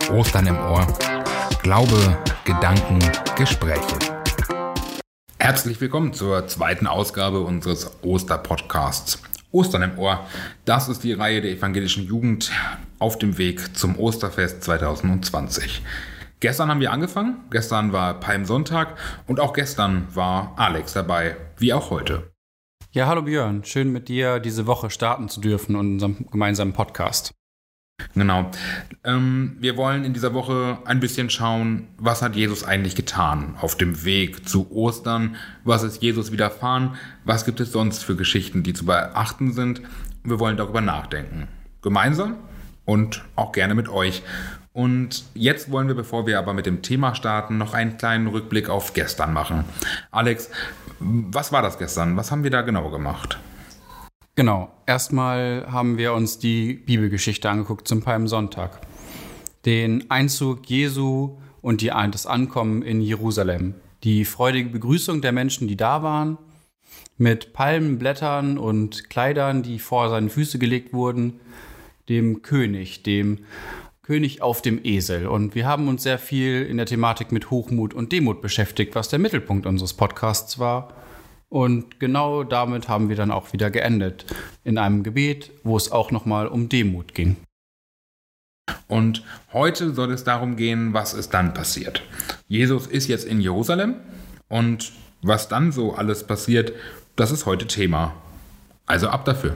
Ostern im Ohr. Glaube, Gedanken, Gespräche. Herzlich willkommen zur zweiten Ausgabe unseres Oster-Podcasts. Ostern im Ohr, das ist die Reihe der evangelischen Jugend auf dem Weg zum Osterfest 2020. Gestern haben wir angefangen, gestern war Palmsonntag und auch gestern war Alex dabei, wie auch heute. Ja, hallo Björn, schön mit dir diese Woche starten zu dürfen und unserem gemeinsamen Podcast. Genau. Wir wollen in dieser Woche ein bisschen schauen, was hat Jesus eigentlich getan auf dem Weg zu Ostern? Was ist Jesus widerfahren? Was gibt es sonst für Geschichten, die zu beachten sind? Wir wollen darüber nachdenken. Gemeinsam und auch gerne mit euch. Und jetzt wollen wir, bevor wir aber mit dem Thema starten, noch einen kleinen Rückblick auf gestern machen. Alex, was war das gestern? Was haben wir da genau gemacht? Genau, erstmal haben wir uns die Bibelgeschichte angeguckt zum Palmsonntag. Den Einzug Jesu und das Ankommen in Jerusalem. Die freudige Begrüßung der Menschen, die da waren, mit Palmenblättern und Kleidern, die vor seine Füße gelegt wurden, dem König auf dem Esel. Und wir haben uns sehr viel in der Thematik mit Hochmut und Demut beschäftigt, was der Mittelpunkt unseres Podcasts war. Und genau damit haben wir dann auch wieder geendet. In einem Gebet, wo es auch nochmal um Demut ging. Und heute soll es darum gehen, was ist dann passiert. Jesus ist jetzt in Jerusalem und was dann so alles passiert, das ist heute Thema. Also ab dafür.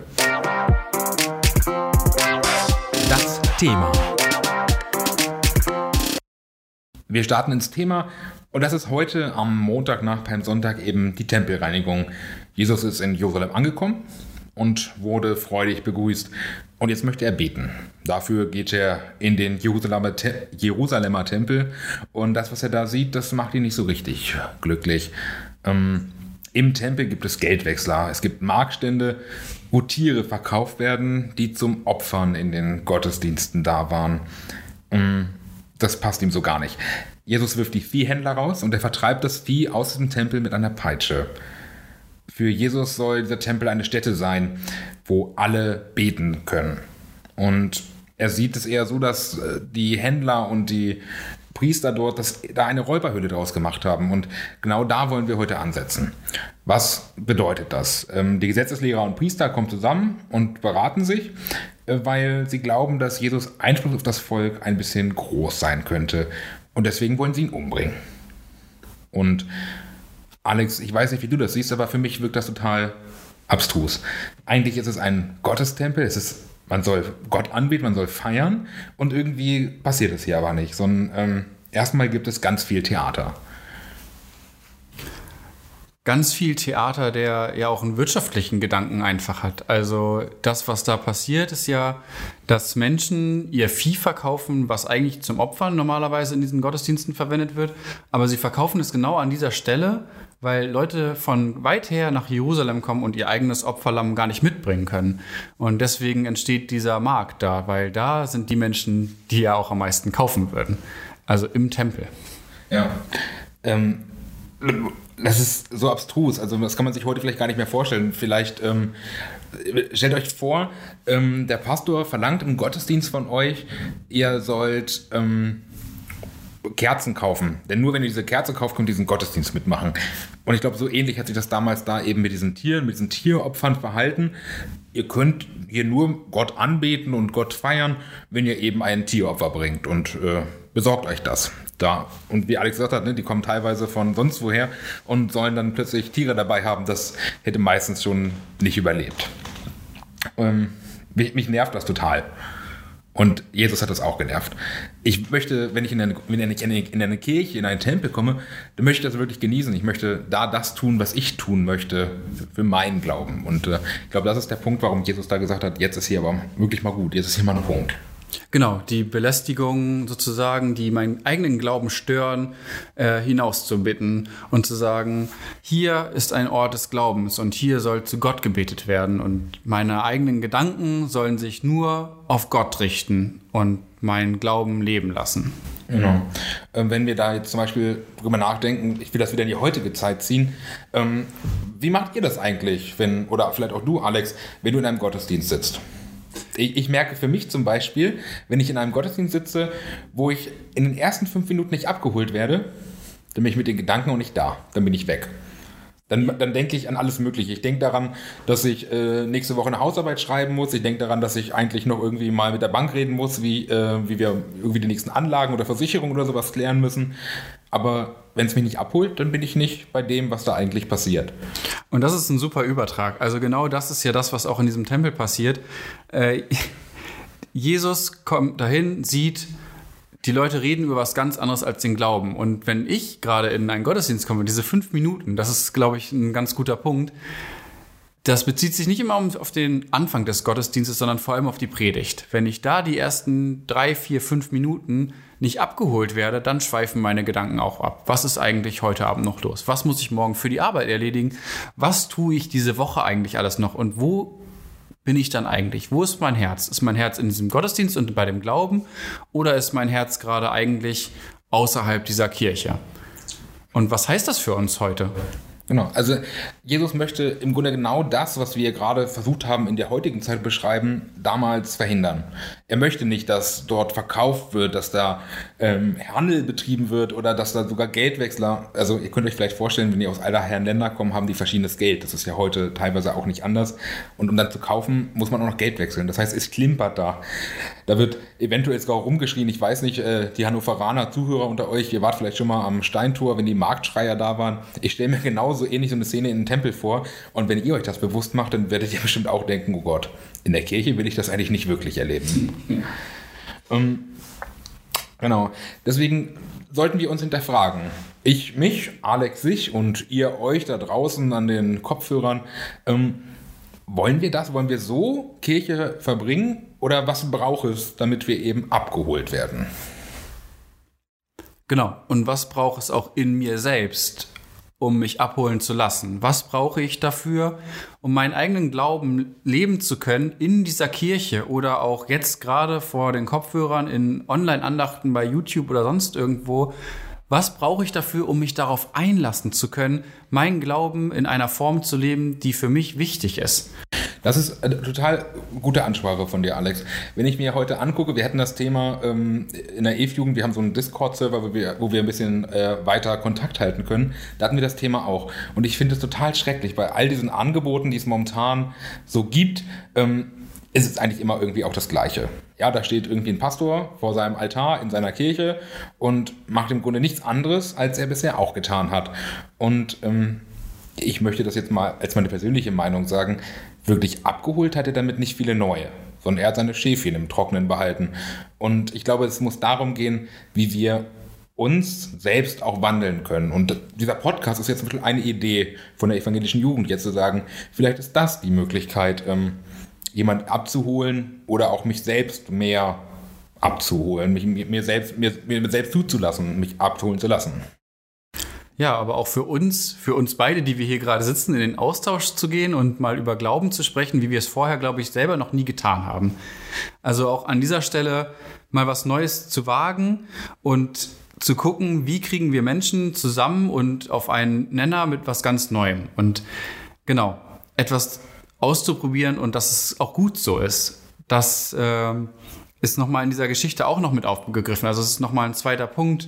Das Thema. Wir starten ins Thema. Und das ist heute am Montag nach Palmsonntag eben die Tempelreinigung. Jesus ist in Jerusalem angekommen und wurde freudig begrüßt. Und jetzt möchte er beten. Dafür geht er in den Jerusalemer Tempel. Und das, was er da sieht, das macht ihn nicht so richtig glücklich. Im Tempel gibt es Geldwechsler. Es gibt Marktstände, wo Tiere verkauft werden, die zum Opfern in den Gottesdiensten da waren. Das passt ihm so gar nicht. Jesus wirft die Viehhändler raus und er vertreibt das Vieh aus dem Tempel mit einer Peitsche. Für Jesus soll dieser Tempel eine Stätte sein, wo alle beten können. Und er sieht es eher so, dass die Händler und die Priester dort da eine Räuberhöhle draus gemacht haben. Und genau da wollen wir heute ansetzen. Was bedeutet das? Die Gesetzeslehrer und Priester kommen zusammen und beraten sich, weil sie glauben, dass Jesus Einfluss auf das Volk ein bisschen groß sein könnte. Und deswegen wollen sie ihn umbringen. Und Alex, ich weiß nicht, wie du das siehst, aber für mich wirkt das total abstrus. Eigentlich ist es ein Gottestempel, man soll Gott anbeten, man soll feiern und irgendwie passiert es hier aber nicht. Sondern erstmal gibt es ganz viel Theater. Ganz viel Theater, der ja auch einen wirtschaftlichen Gedanken einfach hat. Also das, was da passiert, ist ja, dass Menschen ihr Vieh verkaufen, was eigentlich zum Opfern normalerweise in diesen Gottesdiensten verwendet wird. Aber sie verkaufen es genau an dieser Stelle, weil Leute von weit her nach Jerusalem kommen und ihr eigenes Opferlamm gar nicht mitbringen können. Und deswegen entsteht dieser Markt da, weil da sind die Menschen, die ja auch am meisten kaufen würden. Also im Tempel. Ja, das ist so abstrus, also das kann man sich heute vielleicht gar nicht mehr vorstellen. Vielleicht stellt euch vor, der Pastor verlangt im Gottesdienst von euch, ihr sollt Kerzen kaufen. Denn nur wenn ihr diese Kerze kauft, könnt ihr diesen Gottesdienst mitmachen. Und ich glaube, so ähnlich hat sich das damals da eben mit diesen Tieren, mit diesen Tieropfern verhalten. Ihr könnt hier nur Gott anbeten und Gott feiern, wenn ihr eben ein Tieropfer bringt. Und besorgt euch das. Da. Und wie Alex gesagt hat, ne, die kommen teilweise von sonst woher und sollen dann plötzlich Tiere dabei haben. Das hätte meistens schon nicht überlebt. Mich nervt das total. Und Jesus hat das auch genervt. Ich möchte, wenn ich in eine Kirche, in einen Tempel komme, dann möchte ich das wirklich genießen. Ich möchte da das tun, was ich tun möchte für meinen Glauben. Und ich glaube, das ist der Punkt, warum Jesus da gesagt hat, jetzt ist hier aber wirklich mal gut. Jetzt ist hier mal ein Punkt. Genau, die Belästigung sozusagen, die meinen eigenen Glauben stören, hinauszubitten und zu sagen, hier ist ein Ort des Glaubens und hier soll zu Gott gebetet werden und meine eigenen Gedanken sollen sich nur auf Gott richten und meinen Glauben leben lassen. Genau. Wenn wir da jetzt zum Beispiel drüber nachdenken, ich will das wieder in die heutige Zeit ziehen, wie macht ihr das eigentlich, oder vielleicht auch du, Alex, wenn du in einem Gottesdienst sitzt? Ich merke für mich zum Beispiel, wenn ich in einem Gottesdienst sitze, wo ich in den ersten 5 Minuten nicht abgeholt werde, dann bin ich mit den Gedanken auch nicht da. Dann bin ich weg. Dann denke ich an alles Mögliche. Ich denke daran, dass ich nächste Woche eine Hausarbeit schreiben muss. Ich denke daran, dass ich eigentlich noch irgendwie mal mit der Bank reden muss, wie wir irgendwie die nächsten Anlagen oder Versicherungen oder sowas klären müssen. Aber wenn es mich nicht abholt, dann bin ich nicht bei dem, was da eigentlich passiert. Und das ist ein super Übertrag. Also genau das ist ja das, was auch in diesem Tempel passiert. Jesus kommt dahin, sieht, die Leute reden über was ganz anderes als den Glauben. Und wenn ich gerade in einen Gottesdienst komme, diese 5 Minuten, das ist, glaube ich, ein ganz guter Punkt, das bezieht sich nicht immer auf den Anfang des Gottesdienstes, sondern vor allem auf die Predigt. Wenn ich da die ersten 3, 4, 5 Minuten nicht abgeholt werde, dann schweifen meine Gedanken auch ab. Was ist eigentlich heute Abend noch los? Was muss ich morgen für die Arbeit erledigen? Was tue ich diese Woche eigentlich alles noch? Und wo bin ich dann eigentlich? Wo ist mein Herz? Ist mein Herz in diesem Gottesdienst und bei dem Glauben? Oder ist mein Herz gerade eigentlich außerhalb dieser Kirche? Und was heißt das für uns heute? Genau, also Jesus möchte im Grunde genau das, was wir gerade versucht haben in der heutigen Zeit beschreiben, damals verhindern. Er möchte nicht, dass dort verkauft wird, dass da Handel betrieben wird oder dass da sogar Geldwechsler, also ihr könnt euch vielleicht vorstellen, wenn ihr aus aller Herren Länder kommen, haben die verschiedenes Geld. Das ist ja heute teilweise auch nicht anders. Und um dann zu kaufen, muss man auch noch Geld wechseln. Das heißt, es klimpert da. Da wird eventuell sogar rumgeschrien. Ich weiß nicht, die Hannoveraner Zuhörer unter euch, ihr wart vielleicht schon mal am Steintor, wenn die Marktschreier da waren. Ich stelle mir genauso ähnlich so eine Szene in einem Tempel vor. Und wenn ihr euch das bewusst macht, dann werdet ihr bestimmt auch denken, oh Gott, in der Kirche will ich das eigentlich nicht wirklich erleben. Genau. Deswegen sollten wir uns hinterfragen. Ich mich, Alex sich und ihr euch da draußen an den Kopfhörern. Wollen wir das? Wollen wir so Kirche verbringen? Oder was braucht es, damit wir eben abgeholt werden? Genau. Und was braucht es auch in mir selbst, um mich abholen zu lassen? Was brauche ich dafür, um meinen eigenen Glauben leben zu können in dieser Kirche oder auch jetzt gerade vor den Kopfhörern in Online-Andachten bei YouTube oder sonst irgendwo? Was brauche ich dafür, um mich darauf einlassen zu können, meinen Glauben in einer Form zu leben, die für mich wichtig ist? Das ist eine total gute Ansprache von dir, Alex. Wenn ich mir heute angucke, wir hatten das Thema in der EVE-Jugend, wir haben so einen Discord-Server, wo wir ein bisschen weiter Kontakt halten können. Da hatten wir das Thema auch. Und ich finde es total schrecklich, bei all diesen Angeboten, die es momentan so gibt, ist es eigentlich immer irgendwie auch das Gleiche. Ja, da steht irgendwie ein Pastor vor seinem Altar in seiner Kirche und macht im Grunde nichts anderes, als er bisher auch getan hat. Und ich möchte das jetzt mal als meine persönliche Meinung sagen, wirklich abgeholt hat er damit nicht viele neue, sondern er hat seine Schäfchen im Trockenen behalten. Und ich glaube, es muss darum gehen, wie wir uns selbst auch wandeln können. Und dieser Podcast ist jetzt eine Idee von der evangelischen Jugend, jetzt zu sagen, vielleicht ist das die Möglichkeit, jemand abzuholen oder auch mich selbst mehr abzuholen, mir selbst zuzulassen, mich abholen zu lassen. Ja, aber auch für uns beide, die wir hier gerade sitzen, in den Austausch zu gehen und mal über Glauben zu sprechen, wie wir es vorher, glaube ich, selber noch nie getan haben. Also auch an dieser Stelle mal was Neues zu wagen und zu gucken, wie kriegen wir Menschen zusammen und auf einen Nenner mit was ganz Neuem. Und genau, etwas auszuprobieren und dass es auch gut so ist. Das ist nochmal in dieser Geschichte auch noch mit aufgegriffen. Also es ist nochmal ein zweiter Punkt.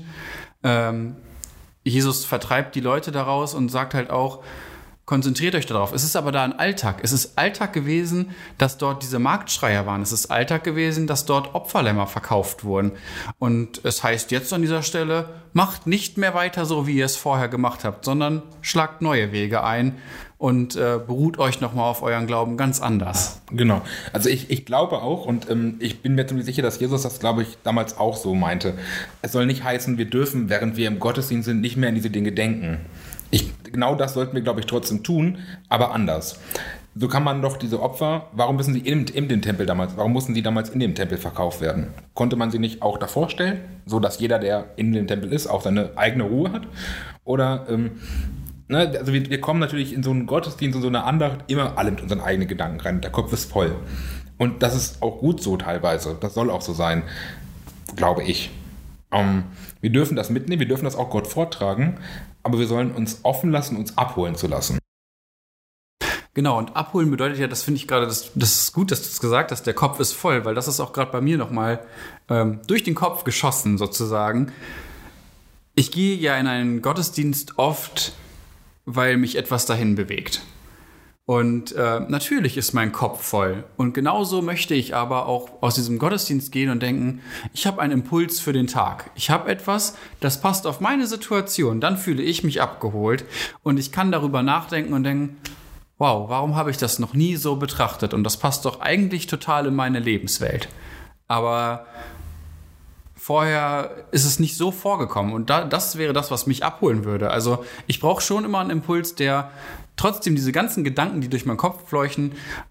Jesus vertreibt die Leute daraus und sagt halt auch, konzentriert euch darauf. Es ist aber da ein Alltag. Es ist Alltag gewesen, dass dort diese Marktschreier waren. Es ist Alltag gewesen, dass dort Opferlämmer verkauft wurden. Und es heißt jetzt an dieser Stelle, macht nicht mehr weiter so, wie ihr es vorher gemacht habt, sondern schlagt neue Wege ein und beruht euch nochmal auf euren Glauben ganz anders. Genau. Also ich glaube auch und ich bin mir ziemlich sicher, dass Jesus das, glaube ich, damals auch so meinte. Es soll nicht heißen, wir dürfen, während wir im Gottesdienst sind, nicht mehr an diese Dinge denken. Genau das sollten wir, glaube ich, trotzdem tun, aber anders. So kann man doch diese Opfer, warum müssen sie in den Tempel damals, warum mussten sie damals in dem Tempel verkauft werden? Konnte man sie nicht auch davor stellen, so dass jeder, der in dem Tempel ist, auch seine eigene Ruhe hat? Oder, also wir kommen natürlich in so einen Gottesdienst, in so eine Andacht, immer alle mit unseren eigenen Gedanken rein. Der Kopf ist voll. Und das ist auch gut so teilweise. Das soll auch so sein, glaube ich. Wir dürfen das mitnehmen, wir dürfen das auch Gott vortragen, aber wir sollen uns offen lassen, uns abholen zu lassen. Genau, und abholen bedeutet ja, das finde ich gerade, das ist gut, dass du es gesagt hast, der Kopf ist voll, weil das ist auch gerade bei mir nochmal durch den Kopf geschossen sozusagen. Ich gehe ja in einen Gottesdienst oft, weil mich etwas dahin bewegt. Und natürlich ist mein Kopf voll. Und genauso möchte ich aber auch aus diesem Gottesdienst gehen und denken, ich habe einen Impuls für den Tag. Ich habe etwas, das passt auf meine Situation. Dann fühle ich mich abgeholt und ich kann darüber nachdenken und denken, wow, warum habe ich das noch nie so betrachtet? Und das passt doch eigentlich total in meine Lebenswelt. Aber vorher ist es nicht so vorgekommen. Und das wäre das, was mich abholen würde. Also ich brauche schon immer einen Impuls, der trotzdem diese ganzen Gedanken, die durch meinen Kopf fleuchen,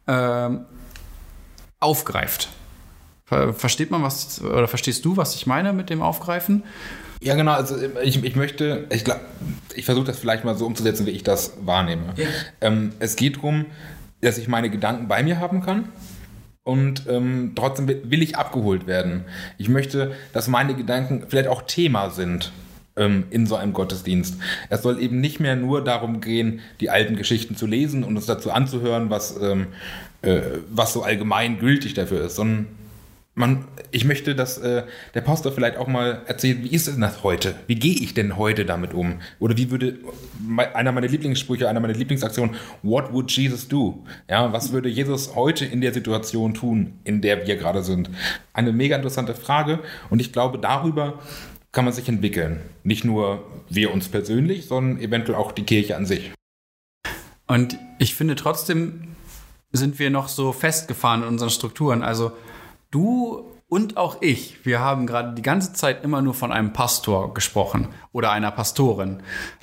aufgreift. Versteht man was, oder verstehst du, was ich meine mit dem Aufgreifen? Ja, genau. Also ich versuche das vielleicht mal so umzusetzen, wie ich das wahrnehme. Ja. Es geht darum, dass ich meine Gedanken bei mir haben kann und trotzdem will ich abgeholt werden. Ich möchte, dass meine Gedanken vielleicht auch Thema sind in so einem Gottesdienst. Es soll eben nicht mehr nur darum gehen, die alten Geschichten zu lesen und uns dazu anzuhören, was so allgemein gültig dafür ist, sondern ich möchte, dass der Pastor vielleicht auch mal erzählt, wie ist denn das heute? Wie gehe ich denn heute damit um? Oder wie würde einer meiner Lieblingssprüche, einer meiner Lieblingsaktionen, what would Jesus do? Ja, was würde Jesus heute in der Situation tun, in der wir gerade sind? Eine mega interessante Frage und ich glaube, darüber kann man sich entwickeln. Nicht nur wir uns persönlich, sondern eventuell auch die Kirche an sich. Und ich finde trotzdem sind wir noch so festgefahren in unseren Strukturen. Also du und auch ich, wir haben gerade die ganze Zeit immer nur von einem Pastor gesprochen oder einer Pastorin.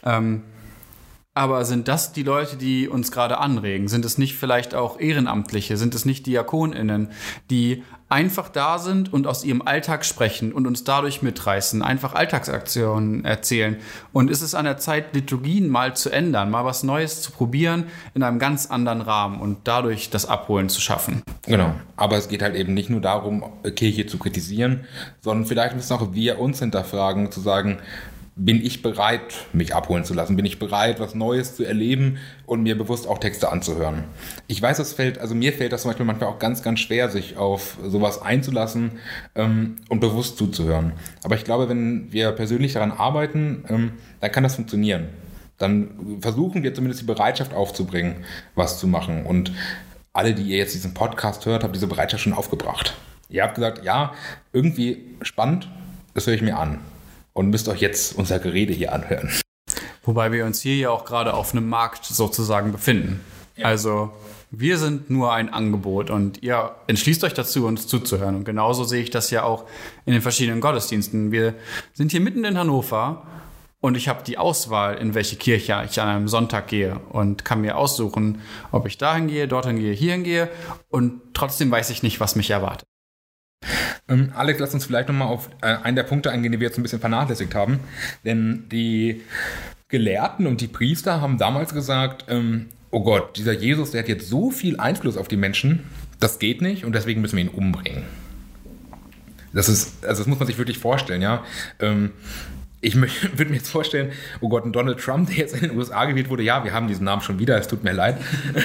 Aber sind das die Leute, die uns gerade anregen? Sind es nicht vielleicht auch Ehrenamtliche? Sind es nicht DiakonInnen, die einfach da sind und aus ihrem Alltag sprechen und uns dadurch mitreißen, einfach Alltagsaktionen erzählen? Und ist es an der Zeit, Liturgien mal zu ändern, mal was Neues zu probieren in einem ganz anderen Rahmen und dadurch das Abholen zu schaffen? Genau, aber es geht halt eben nicht nur darum, Kirche zu kritisieren, sondern vielleicht müssen auch wir uns hinterfragen, zu sagen, bin ich bereit, mich abholen zu lassen? Bin ich bereit, was Neues zu erleben und mir bewusst auch Texte anzuhören? Ich weiß, mir fällt das zum Beispiel manchmal auch ganz, ganz schwer, sich auf sowas einzulassen und bewusst zuzuhören. Aber ich glaube, wenn wir persönlich daran arbeiten, dann kann das funktionieren. Dann versuchen wir zumindest die Bereitschaft aufzubringen, was zu machen. Und alle, die ihr jetzt diesen Podcast hört, habt diese Bereitschaft schon aufgebracht. Ihr habt gesagt, ja, irgendwie spannend, das höre ich mir an. Und müsst euch jetzt unser Gerede hier anhören. Wobei wir uns hier ja auch gerade auf einem Markt sozusagen befinden. Ja. Also wir sind nur ein Angebot und ihr entschließt euch dazu, uns zuzuhören. Und genauso sehe ich das ja auch in den verschiedenen Gottesdiensten. Wir sind hier mitten in Hannover und ich habe die Auswahl, in welche Kirche ich an einem Sonntag gehe und kann mir aussuchen, ob ich dahin gehe, dorthin gehe, hierhin gehe. Und trotzdem weiß ich nicht, was mich erwartet. Alex, lass uns vielleicht nochmal auf einen der Punkte eingehen, die wir jetzt ein bisschen vernachlässigt haben. Denn die Gelehrten und die Priester haben damals gesagt, oh Gott, dieser Jesus, der hat jetzt so viel Einfluss auf die Menschen, das geht nicht und deswegen müssen wir ihn umbringen. Das muss man sich wirklich vorstellen, ja. Ich würde mir jetzt vorstellen, oh Gott, ein Donald Trump, der jetzt in den USA gewählt wurde, ja, wir haben diesen Namen schon wieder, es tut mir leid.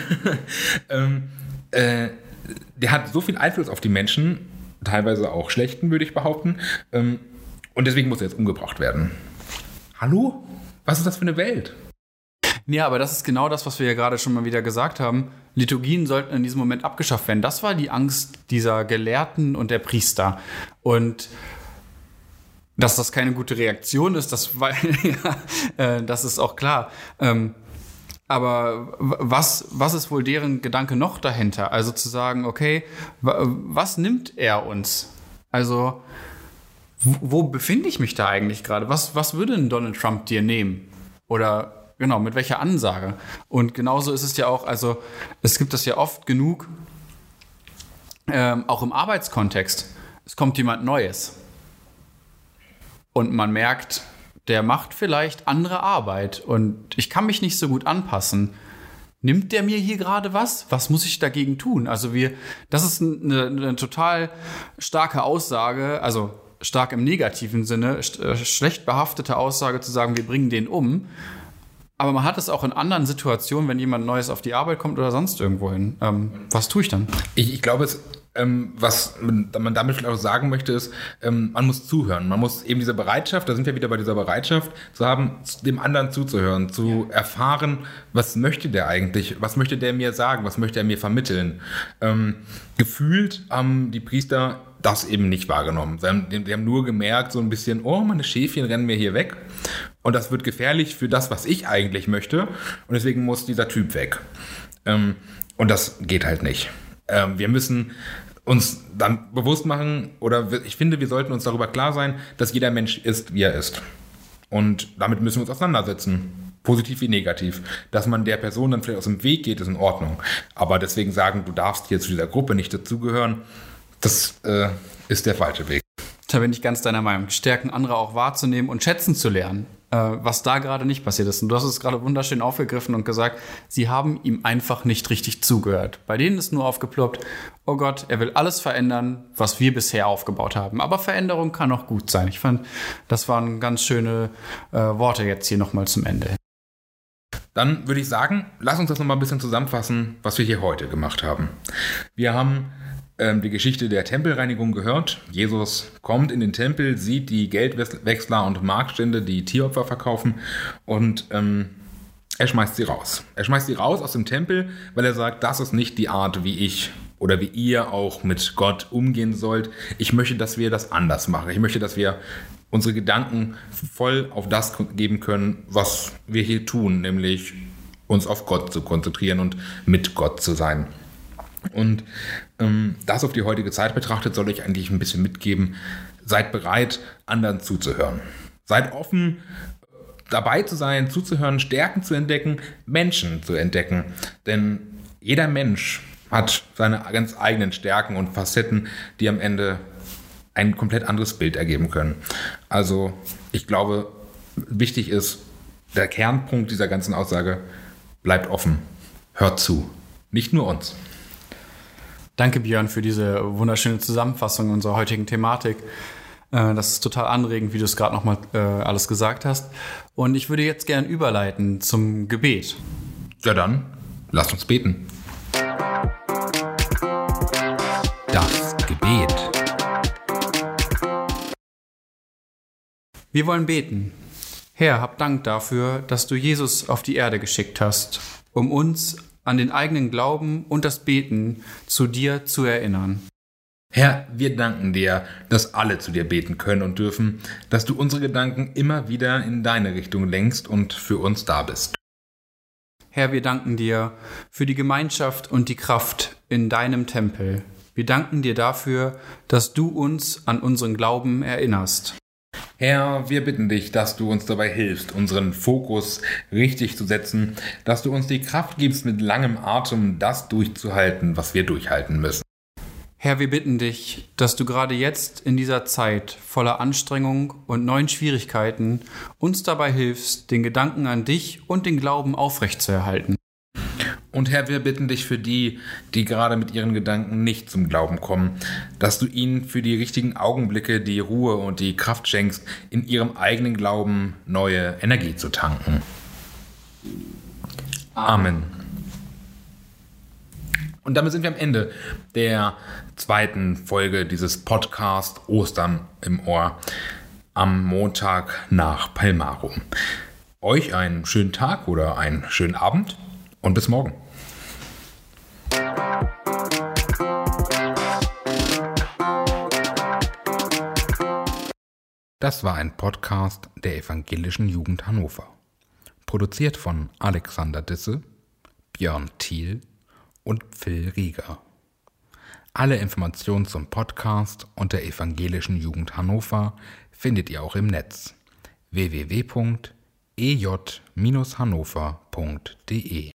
Der hat so viel Einfluss auf die Menschen, teilweise auch schlechten, würde ich behaupten. Und deswegen muss er jetzt umgebracht werden. Hallo? Was ist das für eine Welt? Ja, aber das ist genau das, was wir ja gerade schon mal wieder gesagt haben. Liturgien sollten in diesem Moment abgeschafft werden. Das war die Angst dieser Gelehrten und der Priester. Und dass das keine gute Reaktion ist, das ist auch klar. Aber was ist wohl deren Gedanke noch dahinter? Also zu sagen, okay, was nimmt er uns? Also wo befinde ich mich da eigentlich gerade? Was würde ein Donald Trump dir nehmen? Oder genau, mit welcher Ansage? Und genauso ist es ja auch, also es gibt das ja oft genug, auch im Arbeitskontext. Es kommt jemand Neues. Und man merkt, der macht vielleicht andere Arbeit und ich kann mich nicht so gut anpassen. Nimmt der mir hier gerade was? Was muss ich dagegen tun? Also das ist eine total starke Aussage, also stark im negativen Sinne, schlecht behaftete Aussage zu sagen, wir bringen den um. Aber man hat es auch in anderen Situationen, wenn jemand Neues auf die Arbeit kommt oder sonst irgendwo hin. Was tue ich dann? Ich glaube, was man damit vielleicht auch sagen möchte, ist, man muss zuhören. Man muss eben diese Bereitschaft, da sind wir wieder bei dieser Bereitschaft, zu haben, dem anderen zuzuhören, zu erfahren, was möchte der eigentlich, was möchte der mir sagen, was möchte er mir vermitteln. Gefühlt haben die Priester das eben nicht wahrgenommen. Die haben nur gemerkt, so ein bisschen, oh, meine Schäfchen rennen mir hier weg. Und das wird gefährlich für das, was ich eigentlich möchte. Und deswegen muss dieser Typ weg. Und das geht halt nicht. Wir müssen uns dann bewusst machen, oder ich finde, wir sollten uns darüber klar sein, dass jeder Mensch ist, wie er ist. Und damit müssen wir uns auseinandersetzen. Positiv wie negativ. Dass man der Person dann vielleicht aus dem Weg geht, ist in Ordnung. Aber deswegen sagen, du darfst hier zu dieser Gruppe nicht dazugehören, das ist der falsche Weg. Da bin ich ganz deiner Meinung. Stärken anderer auch wahrzunehmen und schätzen zu lernen, was da gerade nicht passiert ist. Und du hast es gerade wunderschön aufgegriffen und gesagt, sie haben ihm einfach nicht richtig zugehört. Bei denen ist nur aufgeploppt, oh Gott, er will alles verändern, was wir bisher aufgebaut haben. Aber Veränderung kann auch gut sein. Ich fand, das waren ganz schöne Worte jetzt hier nochmal zum Ende. Dann würde ich sagen, lass uns das nochmal ein bisschen zusammenfassen, was wir hier heute gemacht haben. Wir haben die Geschichte der Tempelreinigung gehört. Jesus kommt in den Tempel, sieht die Geldwechsler und Marktstände, die Tieropfer verkaufen, und er schmeißt sie raus. Er schmeißt sie raus aus dem Tempel, weil er sagt, das ist nicht die Art, wie ich oder wie ihr auch mit Gott umgehen sollt. Ich möchte, dass wir das anders machen. Ich möchte, dass wir unsere Gedanken voll auf das geben können, was wir hier tun, nämlich uns auf Gott zu konzentrieren und mit Gott zu sein. Und das auf die heutige Zeit betrachtet, soll ich eigentlich ein bisschen mitgeben, seid bereit, anderen zuzuhören. Seid offen, dabei zu sein, zuzuhören, Stärken zu entdecken, Menschen zu entdecken. Denn jeder Mensch hat seine ganz eigenen Stärken und Facetten, die am Ende ein komplett anderes Bild ergeben können. Also ich glaube, wichtig ist, der Kernpunkt dieser ganzen Aussage, bleibt offen, hört zu, nicht nur uns. Danke, Björn, für diese wunderschöne Zusammenfassung unserer heutigen Thematik. Das ist total anregend, wie du es gerade nochmal alles gesagt hast. Und ich würde jetzt gern überleiten zum Gebet. Ja dann, lasst uns beten. Das Gebet. Wir wollen beten. Herr, hab Dank dafür, dass du Jesus auf die Erde geschickt hast, um uns an den eigenen Glauben und das Beten zu dir zu erinnern. Herr, wir danken dir, dass alle zu dir beten können und dürfen, dass du unsere Gedanken immer wieder in deine Richtung lenkst und für uns da bist. Herr, wir danken dir für die Gemeinschaft und die Kraft in deinem Tempel. Wir danken dir dafür, dass du uns an unseren Glauben erinnerst. Herr, wir bitten dich, dass du uns dabei hilfst, unseren Fokus richtig zu setzen, dass du uns die Kraft gibst, mit langem Atem das durchzuhalten, was wir durchhalten müssen. Herr, wir bitten dich, dass du gerade jetzt in dieser Zeit voller Anstrengung und neuen Schwierigkeiten uns dabei hilfst, den Gedanken an dich und den Glauben aufrechtzuerhalten. Und Herr, wir bitten dich für die, die gerade mit ihren Gedanken nicht zum Glauben kommen, dass du ihnen für die richtigen Augenblicke die Ruhe und die Kraft schenkst, in ihrem eigenen Glauben neue Energie zu tanken. Amen. Und damit sind wir am Ende der zweiten Folge dieses Podcasts Ostern im Ohr am Montag nach Palmarum. Euch einen schönen Tag oder einen schönen Abend und bis morgen. Das war ein Podcast der Evangelischen Jugend Hannover. Produziert von Alexander Disse, Björn Thiel und Phil Rieger. Alle Informationen zum Podcast und der Evangelischen Jugend Hannover findet ihr auch im Netz www.ej-hannover.de